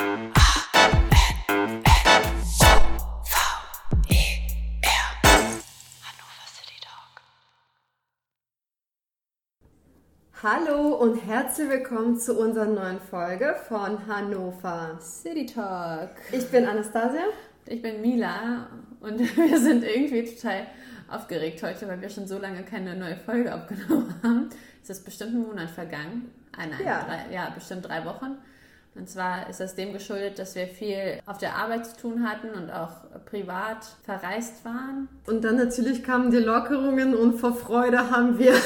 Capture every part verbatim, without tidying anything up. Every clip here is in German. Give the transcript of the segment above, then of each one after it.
Hallo und herzlich willkommen zu unserer neuen Folge von Hannover City Talk. Ich bin Anastasia. Ich bin Mila und wir sind irgendwie total aufgeregt heute, weil wir schon so lange keine neue Folge aufgenommen haben. Es ist bestimmt ein Monat vergangen. Ah, nein, Ja. Drei, ja, bestimmt drei Wochen. Und zwar ist das dem geschuldet, dass wir viel auf der Arbeit zu tun hatten und auch privat verreist waren. Und dann natürlich kamen die Lockerungen und vor Freude haben wir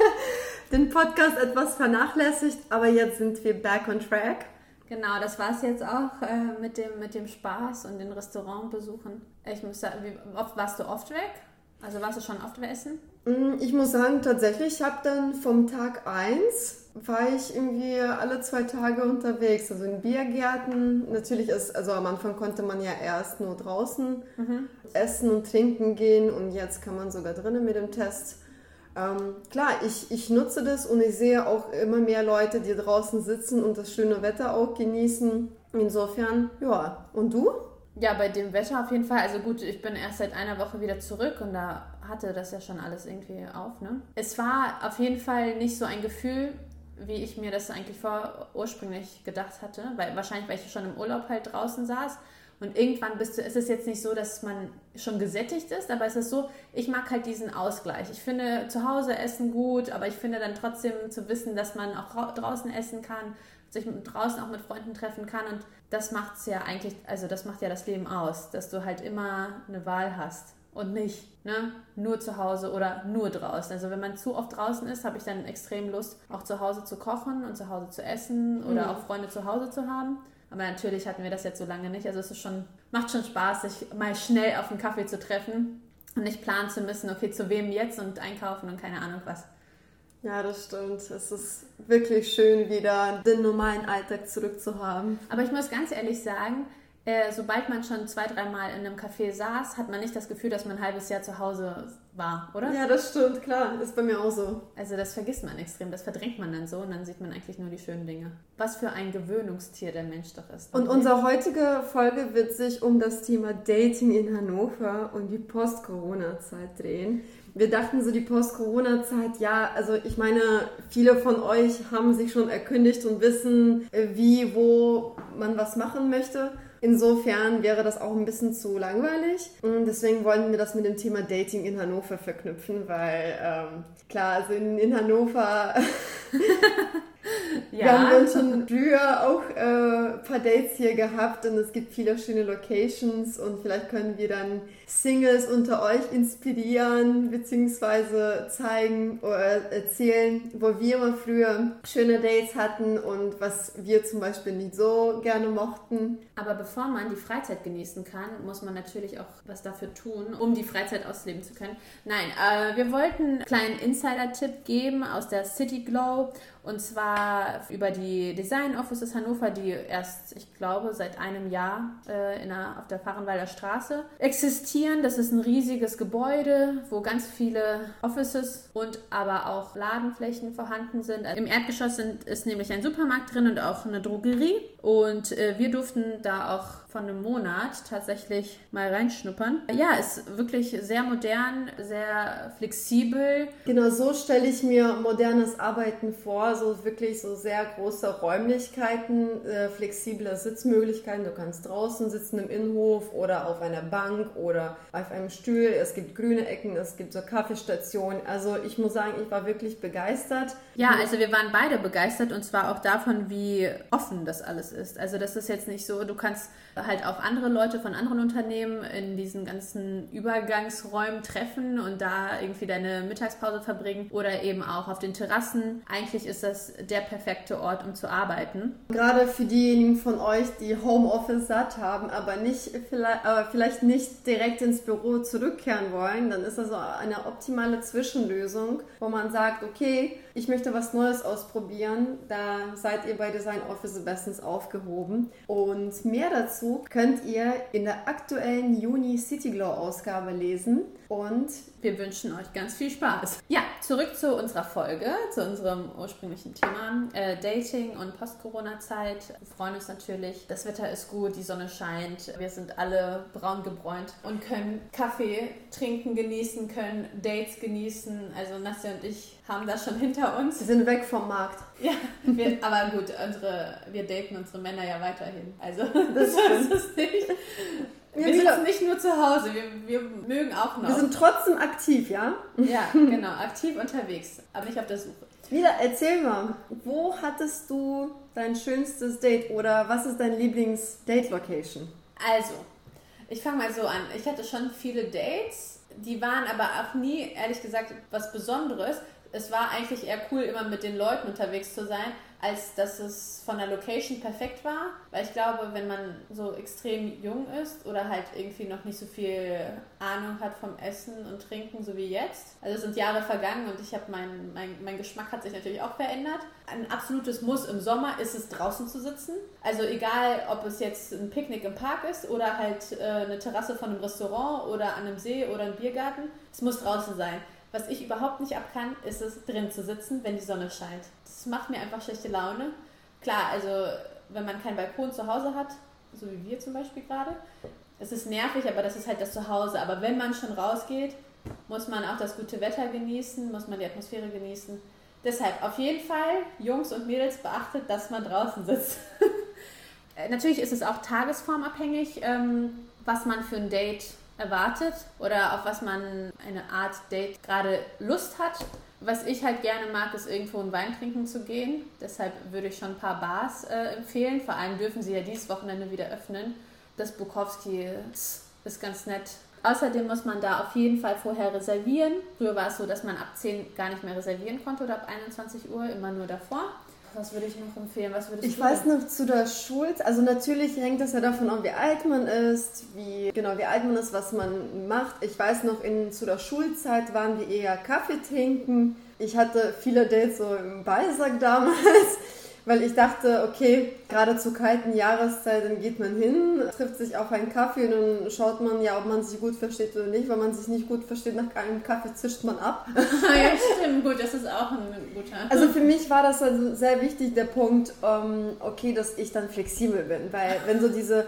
den Podcast etwas vernachlässigt, aber jetzt sind wir back on track. Genau, das war es jetzt auch äh, mit, dem, mit dem Spaß und den Restaurantbesuchen. Ich muss sagen, wie oft warst du oft weg? Also warst du schon oft essen? Ich muss sagen, tatsächlich, ich habe dann vom Tag eins war ich irgendwie alle zwei Tage unterwegs, also in Biergärten. Natürlich ist, also am Anfang konnte man ja erst nur draußen mhm. essen und trinken gehen und jetzt kann man sogar drinnen mit dem Test. Ähm, klar, ich, ich nutze das und ich sehe auch immer mehr Leute, die draußen sitzen und das schöne Wetter auch genießen. Insofern, ja. Und du? Ja, bei dem Wetter auf jeden Fall. Also gut, ich bin erst seit einer Woche wieder zurück und da hatte das ja schon alles irgendwie auf, ne? Es war auf jeden Fall nicht so ein Gefühl, wie ich mir das eigentlich vor ursprünglich gedacht hatte, weil wahrscheinlich, weil ich schon im Urlaub halt draußen saß. Und irgendwann bist du, ist es jetzt nicht so, dass man schon gesättigt ist, aber es ist so, ich mag halt diesen Ausgleich. Ich finde zu Hause essen gut, aber ich finde dann trotzdem zu wissen, dass man auch draußen essen kann, sich draußen auch mit Freunden treffen kann und das macht es ja eigentlich, also das macht ja das Leben aus, dass du halt immer eine Wahl hast und nicht ne, nur zu Hause oder nur draußen. Also wenn man zu oft draußen ist, habe ich dann extrem Lust, auch zu Hause zu kochen und zu Hause zu essen oder Mhm. auch Freunde zu Hause zu haben. Aber natürlich hatten wir das jetzt so lange nicht. Also es ist schon, macht schon Spaß, sich mal schnell auf einen Kaffee zu treffen und nicht planen zu müssen, okay, zu wem jetzt und einkaufen und keine Ahnung was. Ja, das stimmt. Es ist wirklich schön, wieder den normalen Alltag zurückzuhaben. Aber ich muss ganz ehrlich sagen, äh, sobald man schon zwei, dreimal in einem Café saß, hat man nicht das Gefühl, dass man ein halbes Jahr zu Hause war, oder? Ja, das stimmt, klar. Ist bei mir auch so. Also das vergisst man extrem, das verdrängt man dann so und dann sieht man eigentlich nur die schönen Dinge. Was für ein Gewöhnungstier der Mensch doch ist. Und unsere heutige Folge wird sich um das Thema Dating in Hannover und die Post-Corona-Zeit drehen. Wir dachten so, die Post-Corona-Zeit, ja, also ich meine, viele von euch haben sich schon erkündigt und wissen, wie, wo man was machen möchte. Insofern wäre das auch ein bisschen zu langweilig und deswegen wollten wir das mit dem Thema Dating in Hannover verknüpfen, weil ähm, klar, also in, in Hannover ja. wir haben dann schon früher auch äh, ein paar Dates hier gehabt und es gibt viele schöne Locations und vielleicht können wir dann Singles unter euch inspirieren bzw. zeigen oder erzählen, wo wir mal früher schöne Dates hatten und was wir zum Beispiel nicht so gerne mochten. Aber bevor man die Freizeit genießen kann, muss man natürlich auch was dafür tun, um die Freizeit ausleben zu können. Nein, äh, wir wollten einen kleinen Insider-Tipp geben aus der City Glow und zwar über die Design Offices Hannover, die erst, ich glaube, seit einem Jahr äh, in der, auf der Fahrenwalder Straße existieren. Das ist ein riesiges Gebäude, wo ganz viele Offices und aber auch Ladenflächen vorhanden sind. Im Erdgeschoss sind, ist nämlich ein Supermarkt drin und auch eine Drogerie und äh, wir durften da auch von einem Monat tatsächlich mal reinschnuppern. Ja, ist wirklich sehr modern, sehr flexibel. Genau, so stelle ich mir modernes Arbeiten vor, so wirklich so sehr große Räumlichkeiten, äh, flexible Sitzmöglichkeiten. Du kannst draußen sitzen im Innenhof oder auf einer Bank oder auf einem Stuhl. Es gibt grüne Ecken, es gibt so Kaffeestationen. Also ich muss sagen, ich war wirklich begeistert. Ja, also wir waren beide begeistert und zwar auch davon, wie offen das alles ist. Also das ist jetzt nicht so, du kannst halt auch andere Leute von anderen Unternehmen in diesen ganzen Übergangsräumen treffen und da irgendwie deine Mittagspause verbringen oder eben auch auf den Terrassen. Eigentlich ist das der perfekte Ort, um zu arbeiten. Gerade für diejenigen von euch, die Homeoffice satt haben, aber nicht vielleicht, aber vielleicht nicht direkt ins Büro zurückkehren wollen, dann ist das so eine optimale Zwischenlösung, wo man sagt, okay, ich möchte was Neues ausprobieren, da seid ihr bei Design Office bestens aufgehoben. Und mehr dazu könnt ihr in der aktuellen Juni City Glow Ausgabe lesen. Und wir wünschen euch ganz viel Spaß. Ja, zurück zu unserer Folge, zu unserem ursprünglichen Thema, äh, Dating und Post-Corona-Zeit. Wir freuen uns natürlich, das Wetter ist gut, die Sonne scheint, wir sind alle braun gebräunt und können Kaffee trinken, genießen, können Dates genießen. Also Nastja und ich haben das schon hinter uns. Wir sind weg vom Markt. Ja, wir, aber gut, unsere, wir daten unsere Männer ja weiterhin. Also das, das ist nicht... Wir ja, sitzen nicht nur zu Hause, wir, wir mögen auch noch. Wir sind trotzdem aktiv, ja? Ja, genau, aktiv unterwegs, aber nicht auf der Suche. Mila, erzähl mal, wo hattest du dein schönstes Date oder was ist dein Lieblings-Date-Location? Also, ich fange mal so an. Ich hatte schon viele Dates, die waren aber auch nie, ehrlich gesagt, was Besonderes. Es war eigentlich eher cool, immer mit den Leuten unterwegs zu sein, als dass es von der Location perfekt war. Weil ich glaube, wenn man so extrem jung ist oder halt irgendwie noch nicht so viel Ahnung hat vom Essen und Trinken, so wie jetzt. Also es sind Jahre vergangen und ich habe mein, mein, mein Geschmack hat sich natürlich auch verändert. Ein absolutes Muss im Sommer ist es, draußen zu sitzen. Also egal, ob es jetzt ein Picknick im Park ist oder halt äh, eine Terrasse von einem Restaurant oder an einem See oder einem Biergarten. Es muss draußen sein. Was ich überhaupt nicht ab kann, ist es, drin zu sitzen, wenn die Sonne scheint. Das macht mir einfach schlechte Laune. Klar, also wenn man keinen Balkon zu Hause hat, so wie wir zum Beispiel gerade, es ist nervig, aber das ist halt das Zuhause. Aber wenn man schon rausgeht, muss man auch das gute Wetter genießen, muss man die Atmosphäre genießen. Deshalb auf jeden Fall, Jungs und Mädels, beachtet, dass man draußen sitzt. Natürlich ist es auch tagesformabhängig, was man für ein Date erwartet oder auf was man eine Art Date gerade Lust hat. Was ich halt gerne mag, ist irgendwo einen Wein trinken zu gehen. Deshalb würde ich schon ein paar Bars äh, empfehlen. Vor allem dürfen sie ja dieses Wochenende wieder öffnen. Das Bukowski ist ganz nett. Außerdem muss man da auf jeden Fall vorher reservieren. Früher war es so, dass man ab zehn gar nicht mehr reservieren konnte oder ab einundzwanzig Uhr, immer nur davor. Was würde ich noch empfehlen? Was würdest ich du weiß denn? noch zu der Schulzeit, also natürlich hängt das ja davon ab, wie alt man ist, wie genau wie alt man ist, was man macht. Ich weiß noch, in, zu der Schulzeit waren wir eher Kaffee trinken. Ich hatte viele Dates so im Beisack damals, weil ich dachte, okay, gerade zur kalten Jahreszeit, dann geht man hin, trifft sich auf einen Kaffee und dann schaut man ja, ob man sich gut versteht oder nicht. Wenn man sich nicht gut versteht, nach einem Kaffee zischt man ab. Ja, stimmt, gut, das ist auch ein guter. Also für mich war das also sehr wichtig, der Punkt, ähm, okay, dass ich dann flexibel bin, weil wenn so diese,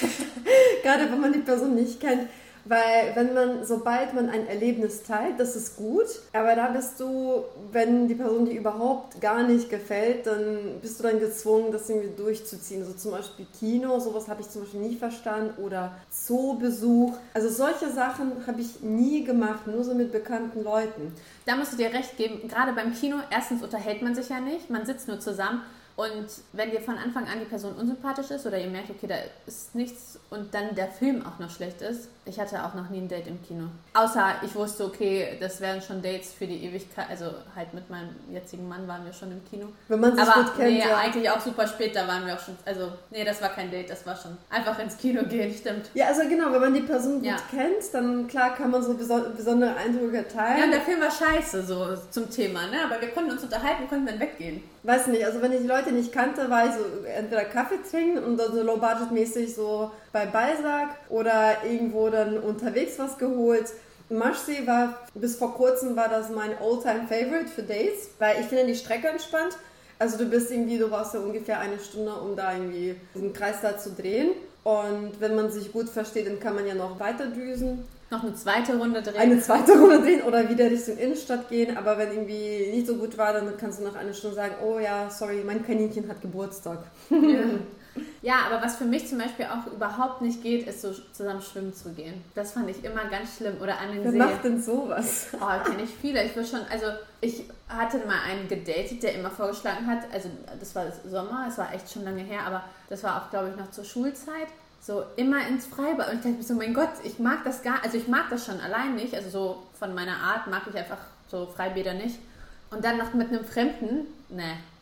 gerade wenn man die Person nicht kennt, weil wenn man, sobald man ein Erlebnis teilt, das ist gut, aber da bist du, wenn die Person dir überhaupt gar nicht gefällt, dann bist du dann gezwungen, das irgendwie durchzuziehen. So zum Beispiel Kino, sowas habe ich zum Beispiel nie verstanden, oder Zoobesuch. Also solche Sachen habe ich nie gemacht, nur so mit bekannten Leuten. Da musst du dir recht geben, gerade beim Kino, erstens unterhält man sich ja nicht, man sitzt nur zusammen. Und wenn dir von Anfang an die Person unsympathisch ist oder ihr merkt, okay, da ist nichts und dann der Film auch noch schlecht ist, ich hatte auch noch nie ein Date im Kino. Außer ich wusste, okay, das wären schon Dates für die Ewigkeit, also halt mit meinem jetzigen Mann waren wir schon im Kino. Wenn man sich Aber gut kennt, nee, ja. eigentlich auch super spät, da waren wir auch schon, also nee, das war kein Date, das war schon einfach ins Kino gehen, stimmt. Ja, also genau, wenn man die Person gut Ja. kennt, dann klar kann man so beso- besondere Eindrücke teilen. Ja, und der Film war scheiße, so zum Thema, ne? Aber wir konnten uns unterhalten, konnten dann weggehen. Weiß nicht, also wenn ich die Leute nicht kannte, war ich so entweder Kaffee trinken und dann so low-budget-mäßig so bei Beisack oder irgendwo dann unterwegs was geholt. Maschsee war, bis vor kurzem war das mein All-Time-Favorite für Dates, weil ich finde die Strecke entspannt. Also du bist irgendwie, du brauchst ja ungefähr eine Stunde, um da irgendwie diesen Kreis da zu drehen. Und wenn man sich gut versteht, dann kann man ja noch weiter düsen. Noch eine zweite Runde drehen. Eine zweite Runde drehen oder wieder Richtung Innenstadt gehen. Aber wenn irgendwie nicht so gut war, dann kannst du nach einer Stunde sagen, oh ja, sorry, mein Kaninchen hat Geburtstag. Ja. Ja, aber was für mich zum Beispiel auch überhaupt nicht geht, ist so zusammen schwimmen zu gehen. Das fand ich immer ganz schlimm. Oder an den Wer See. macht denn sowas? Oh, kenne ich viele. Ich will schon, also ich hatte mal einen gedatet, der immer vorgeschlagen hat, also das war Sommer, es war echt schon lange her, aber das war auch, glaube ich, noch zur Schulzeit. So immer ins Freibad. Und ich dachte mir so, mein Gott, ich mag das gar, also ich mag das schon allein nicht. Also so von meiner Art mag ich einfach so Freibäder nicht. Und dann noch mit einem Fremden, ne.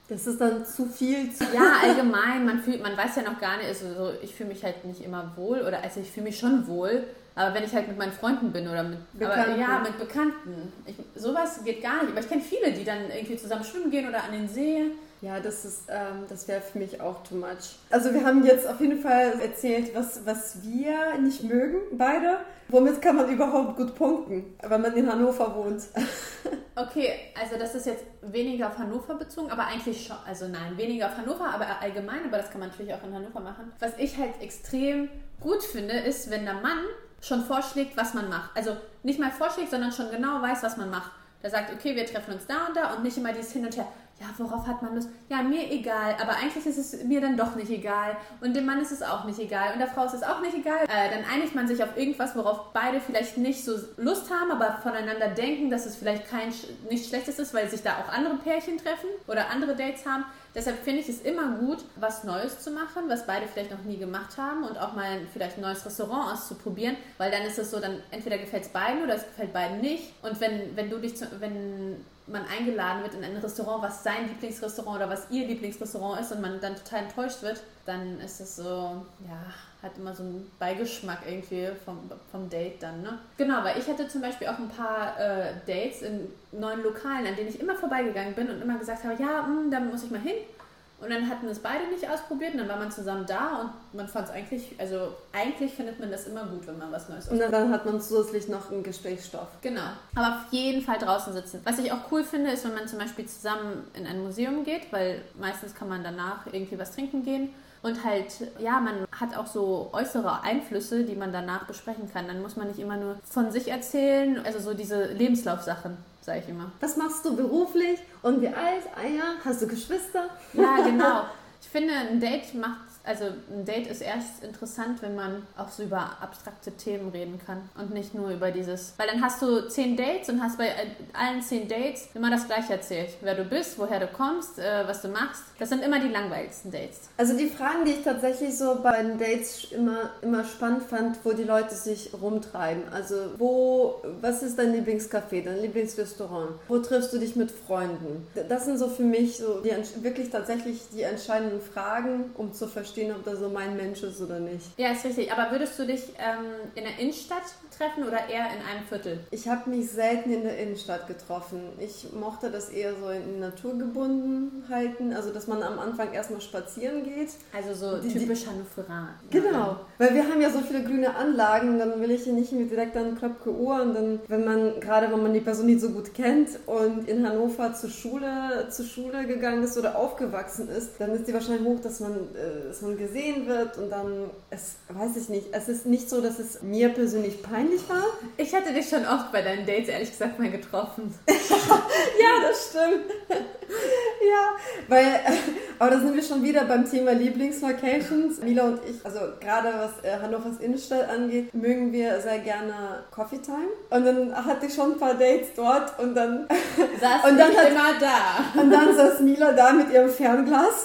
Das ist dann zu viel. Zu ja, allgemein, man fühlt, man weiß ja noch gar nicht, also so, ich fühle mich halt nicht immer wohl oder also ich fühle mich schon wohl, aber wenn ich halt mit meinen Freunden bin oder mit Bekannten. Aber, ja, mit Bekannten, ich, sowas geht gar nicht. Aber ich kenne viele, die dann irgendwie zusammen schwimmen gehen oder an den See. Ja, das ist, ähm, das wäre für mich auch too much. Also wir haben jetzt auf jeden Fall erzählt, was, was wir nicht mögen, beide. Womit kann man überhaupt gut punkten, wenn man in Hannover wohnt? Okay, also das ist jetzt weniger auf Hannover bezogen, aber eigentlich schon, also nein, weniger auf Hannover, aber allgemein, aber das kann man natürlich auch in Hannover machen. Was ich halt extrem gut finde, ist, wenn der Mann schon vorschlägt, was man macht. Also nicht mal vorschlägt, sondern schon genau weiß, was man macht. Der sagt, okay, wir treffen uns da und da und nicht immer dieses Hin und Her. Ja, worauf hat man Lust? Ja, mir egal, aber eigentlich ist es mir dann doch nicht egal. Und dem Mann ist es auch nicht egal und der Frau ist es auch nicht egal. Äh, dann einigt man sich auf irgendwas, worauf beide vielleicht nicht so Lust haben, aber voneinander denken, dass es vielleicht kein nichts Schlechtes ist, weil sich da auch andere Pärchen treffen oder andere Dates haben. Deshalb finde ich es immer gut, was Neues zu machen, was beide vielleicht noch nie gemacht haben und auch mal vielleicht ein neues Restaurant auszuprobieren, weil dann ist es so, dann entweder gefällt es beiden oder es gefällt beiden nicht. Und wenn, wenn du dich, zu, wenn man eingeladen wird in ein Restaurant, was sein Lieblingsrestaurant oder was ihr Lieblingsrestaurant ist und man dann total enttäuscht wird, dann ist es so, ja, hat immer so einen Beigeschmack irgendwie vom, vom Date dann, ne? Genau, weil ich hatte zum Beispiel auch ein paar äh, Dates in neuen Lokalen, an denen ich immer vorbeigegangen bin und immer gesagt habe, ja, mh, da muss ich mal hin. Und dann hatten es beide nicht ausprobiert und dann war man zusammen da und man fand es eigentlich, also eigentlich findet man das immer gut, wenn man was Neues ausprobiert. Und dann hat man zusätzlich noch einen Gesprächsstoff. Genau, aber auf jeden Fall draußen sitzen. Was ich auch cool finde, ist, wenn man zum Beispiel zusammen in ein Museum geht, weil meistens kann man danach irgendwie was trinken gehen. Und halt, ja, man hat auch so äußere Einflüsse, die man danach besprechen kann. Dann muss man nicht immer nur von sich erzählen, also so diese Lebenslaufsachen, sage ich immer. Was machst du beruflich und wie alt? Ah ja, hast du Geschwister? Ja, genau. Ich finde, ein Date macht, also ein Date ist erst interessant, wenn man auch so über abstrakte Themen reden kann und nicht nur über dieses, weil dann hast du zehn Dates und hast bei allen zehn Dates immer das Gleiche erzählt. Wer du bist, woher du kommst, äh, was du machst. Das sind immer die langweiligsten Dates. Also die Fragen, die ich tatsächlich so bei den Dates immer, immer spannend fand, wo die Leute sich rumtreiben. Also wo, was ist dein Lieblingscafé, dein Lieblingsrestaurant? Wo triffst du dich mit Freunden? Das sind so für mich so die, wirklich tatsächlich die entscheidenden Fragen, um zu verstehen, ob das so mein Mensch ist oder nicht. Ja, ist richtig. Aber würdest du dich ähm, in der Innenstadt treffen oder eher in einem Viertel? Ich habe mich selten in der Innenstadt getroffen. Ich mochte das eher so in Natur gebunden halten, also dass man am Anfang erstmal spazieren geht. Also so die, typisch Hannoveraner. Genau, weil wir haben ja so viele grüne Anlagen, dann will ich ja nicht mit direkt an Klöpke Uhr und dann, wenn man, gerade wenn man die Person nicht so gut kennt und in Hannover zur Schule, zur Schule gegangen ist oder aufgewachsen ist, dann ist die wahrscheinlich hoch, dass man, äh, dass man gesehen wird und dann, es, weiß ich nicht, es ist nicht so, dass es mir persönlich peinlich war. Ich hatte dich schon oft bei deinen Dates, ehrlich gesagt, mal getroffen. Ja, das stimmt. Ja, weil, aber da sind wir schon wieder beim Thema Lieblingsvacations. Mila und ich, also gerade was äh, Hannovers Innenstadt angeht, mögen wir sehr gerne Coffee Time. Und dann hatte ich schon ein paar Dates dort und dann saß und dann hat, immer da. Und dann saß Mila da mit ihrem Fernglas.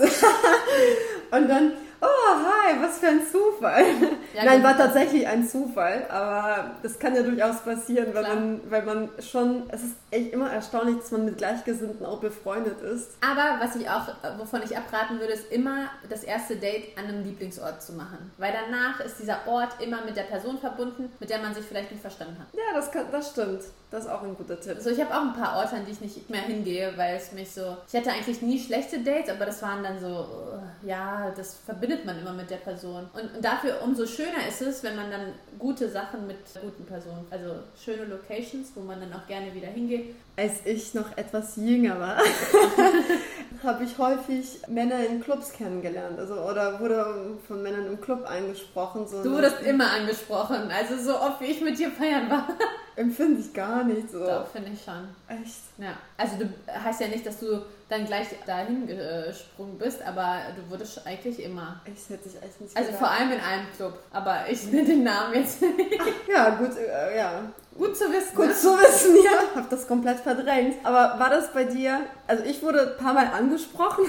Und dann, oh, hi, was für ein Zufall. Ja, Nein, war tatsächlich ein Zufall, aber das kann ja durchaus passieren, weil man, weil man schon, es ist echt immer erstaunlich, dass man mit Gleichgesinnten auch befreundet ist. Aber was ich auch, wovon ich abraten würde, ist immer das erste Date an einem Lieblingsort zu machen. Weil danach ist dieser Ort immer mit der Person verbunden, mit der man sich vielleicht nicht verstanden hat. Ja, das, kann, das stimmt. Das ist auch ein guter Tipp. Also ich habe auch ein paar Orte, an die ich nicht mehr hingehe, weil es mich so... Ich hatte eigentlich nie schlechte Dates, aber das waren dann so, ja, das verbindet man immer mit der Person. Und, und dafür umso schöner ist es, wenn man dann gute Sachen mit guten Personen, also schöne Locations, wo man dann auch gerne wieder hingeht. Als ich noch etwas jünger war, habe ich häufig Männer in Clubs kennengelernt. Also, oder wurde von Männern im Club angesprochen. So du wurdest immer angesprochen, also so oft wie ich mit dir feiern war. Empfinde ich gar nicht so. Doch, finde ich schon. Echt? Ja. Also du heißt ja nicht, dass du dann gleich dahin gesprungen bist, aber du wurdest eigentlich immer. Ich hätte ich echt nicht Also gedacht. vor allem in einem Club, aber ich nenne den Namen jetzt nicht. Ja, gut, äh, ja. Gut zu wissen. Gut ne? zu wissen, ja. Ich habe das komplett verdrängt. Aber war das bei dir, also ich wurde ein paar Mal angesprochen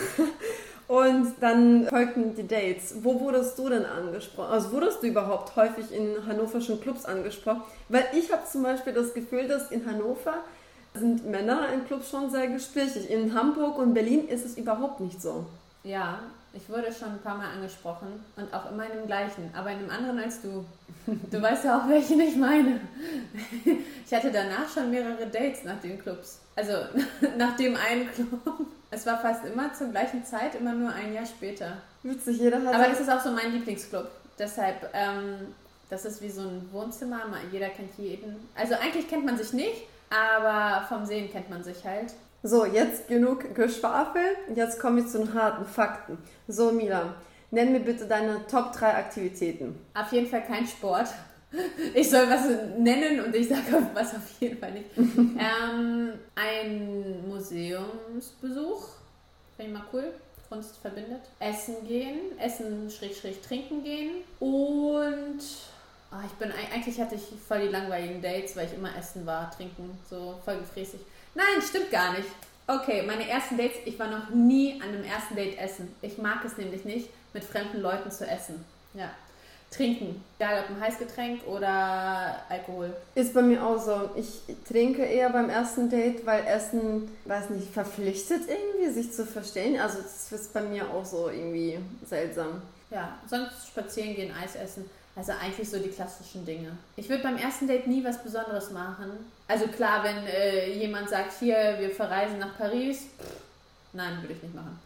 und dann folgten die Dates. Wo wurdest du denn angesprochen? Also wurdest du überhaupt häufig in hannoverschen Clubs angesprochen? Weil ich habe zum Beispiel das Gefühl, dass in Hannover sind Männer in Clubs schon sehr gesprächig. In Hamburg und Berlin ist es überhaupt nicht so. Ja, ich wurde schon ein paar Mal angesprochen und auch immer in dem gleichen, aber in einem anderen als du. Du weißt ja auch, welchen ich meine. Ich hatte danach schon mehrere Dates nach den Clubs. Also nach dem einen Club. Es war fast immer zur gleichen Zeit, immer nur ein Jahr später. Witzig, jeder hat... Aber das ist auch so mein Lieblingsclub. Deshalb, ähm, das ist wie so ein Wohnzimmer, jeder kennt jeden. Also eigentlich kennt man sich nicht, aber vom Sehen kennt man sich halt. So, jetzt genug Geschwafel. Jetzt komme ich zu den harten Fakten. So, Mila, nenn mir bitte deine Top drei Aktivitäten. Auf jeden Fall kein Sport. Ich soll was nennen und ich sage was auf jeden Fall nicht. ähm, ein Museumsbesuch. Finde ich mal cool. Kunst verbindet. Essen gehen. Essen, Schräg, Schräg, trinken gehen. Und... Oh, ich bin, eigentlich hatte ich voll die langweiligen Dates, weil ich immer essen war, trinken, so voll gefräßig. Nein, stimmt gar nicht. Okay, meine ersten Dates, ich war noch nie an einem ersten Date essen. Ich mag es nämlich nicht, mit fremden Leuten zu essen. Ja. Trinken, egal ob ein Heißgetränk oder Alkohol. Ist bei mir auch so. Ich trinke eher beim ersten Date, weil Essen, weiß nicht, verpflichtet irgendwie, sich zu verstehen. Also das ist bei mir auch so irgendwie seltsam. Ja, sonst spazieren gehen, Eis essen. Also eigentlich so die klassischen Dinge. Ich würde beim ersten Date nie was Besonderes machen. Also klar, wenn äh, jemand sagt, hier, wir verreisen nach Paris, pff, nein, würde ich nicht machen.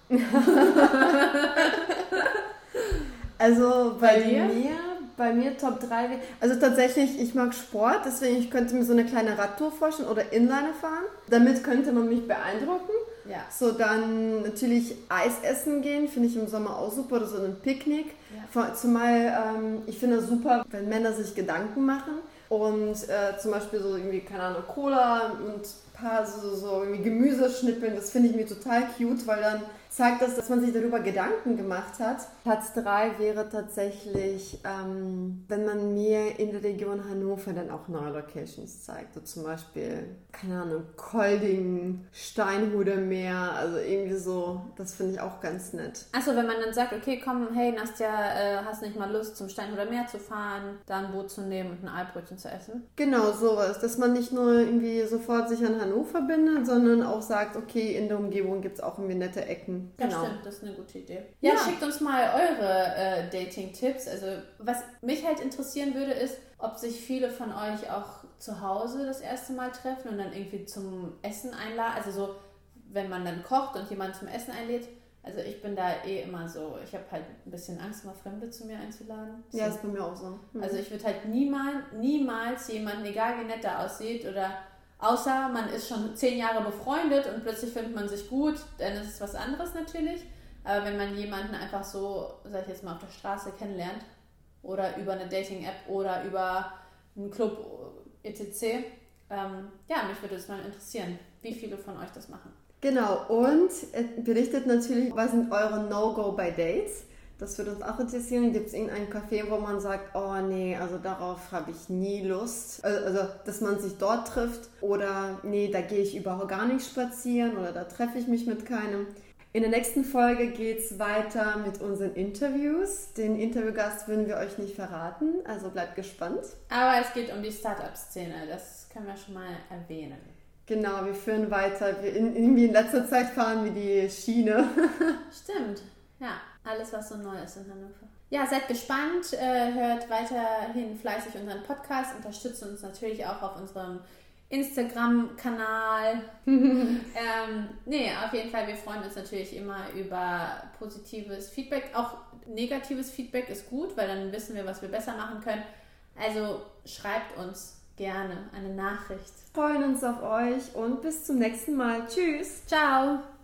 Also bei, Bei dir? mir, bei mir Top drei, also tatsächlich, ich mag Sport, deswegen ich könnte mir so eine kleine Radtour vorstellen oder Inliner fahren. Damit könnte man mich beeindrucken. Ja. So, dann natürlich Eis essen gehen, finde ich im Sommer auch super, oder so ein Picknick. Ja. Zumal ähm, ich finde es super, wenn Männer sich Gedanken machen und äh, zum Beispiel so irgendwie, keine Ahnung, Cola und ein paar so, so irgendwie Gemüse schnippeln, das finde ich mir total cute, weil dann zeigt das, dass man sich darüber Gedanken gemacht hat. Platz drei wäre tatsächlich, ähm, wenn man mir in der Region Hannover dann auch neue Locations zeigt. So zum Beispiel, keine Ahnung, Kolding, Steinhuder Meer, also irgendwie so, das finde ich auch ganz nett. Achso, wenn man dann sagt, okay, komm, hey Nastja, äh, hast nicht mal Lust zum Steinhuder Meer zu fahren, da ein Boot zu nehmen und ein Aalbrötchen zu essen? Genau, sowas, dass man nicht nur irgendwie sofort sich an Hannover bindet, sondern auch sagt, okay, in der Umgebung gibt es auch irgendwie nette Ecken. Genau. Ja, stimmt, das ist eine gute Idee. Ja, ja. Schickt uns mal eure äh, Dating-Tipps. Also, was mich halt interessieren würde, ist, ob sich viele von euch auch zu Hause das erste Mal treffen und dann irgendwie zum Essen einladen. Also so, wenn man dann kocht und jemanden zum Essen einlädt. Also ich bin da eh immer so, ich habe halt ein bisschen Angst, mal Fremde zu mir einzuladen. Ja, so. Ist bei mir auch so. Mhm. Also ich würde halt niemals, niemals jemanden, egal wie nett der aussieht oder... Außer man ist schon zehn Jahre befreundet und plötzlich findet man sich gut, dann ist es was anderes natürlich. Aber wenn man jemanden einfach so, sag ich jetzt mal, auf der Straße kennenlernt oder über eine Dating-App oder über einen Club et cetera, ähm, ja, mich würde es mal interessieren, wie viele von euch das machen. Genau, und berichtet natürlich, was sind eure No-Go bei Dates? Das würde uns auch interessieren. Gibt es irgendein Café, wo man sagt, oh nee, also darauf habe ich nie Lust. Also, also, dass man sich dort trifft. Oder nee, da gehe ich überhaupt gar nicht spazieren. Oder da treffe ich mich mit keinem. In der nächsten Folge geht es weiter mit unseren Interviews. Den Interviewgast würden wir euch nicht verraten. Also bleibt gespannt. Aber es geht um die Startup-Szene. Das können wir schon mal erwähnen. Genau, wir führen weiter. Wir in, irgendwie in letzter Zeit fahren wir die Schiene. Stimmt, ja. Alles, was so neu ist in Hannover. Ja, seid gespannt, äh, hört weiterhin fleißig unseren Podcast, unterstützt uns natürlich auch auf unserem Instagram-Kanal. ähm, nee, auf jeden Fall, wir freuen uns natürlich immer über positives Feedback. Auch negatives Feedback ist gut, weil dann wissen wir, was wir besser machen können. Also schreibt uns gerne eine Nachricht. Wir freuen uns auf euch und bis zum nächsten Mal. Tschüss. Ciao.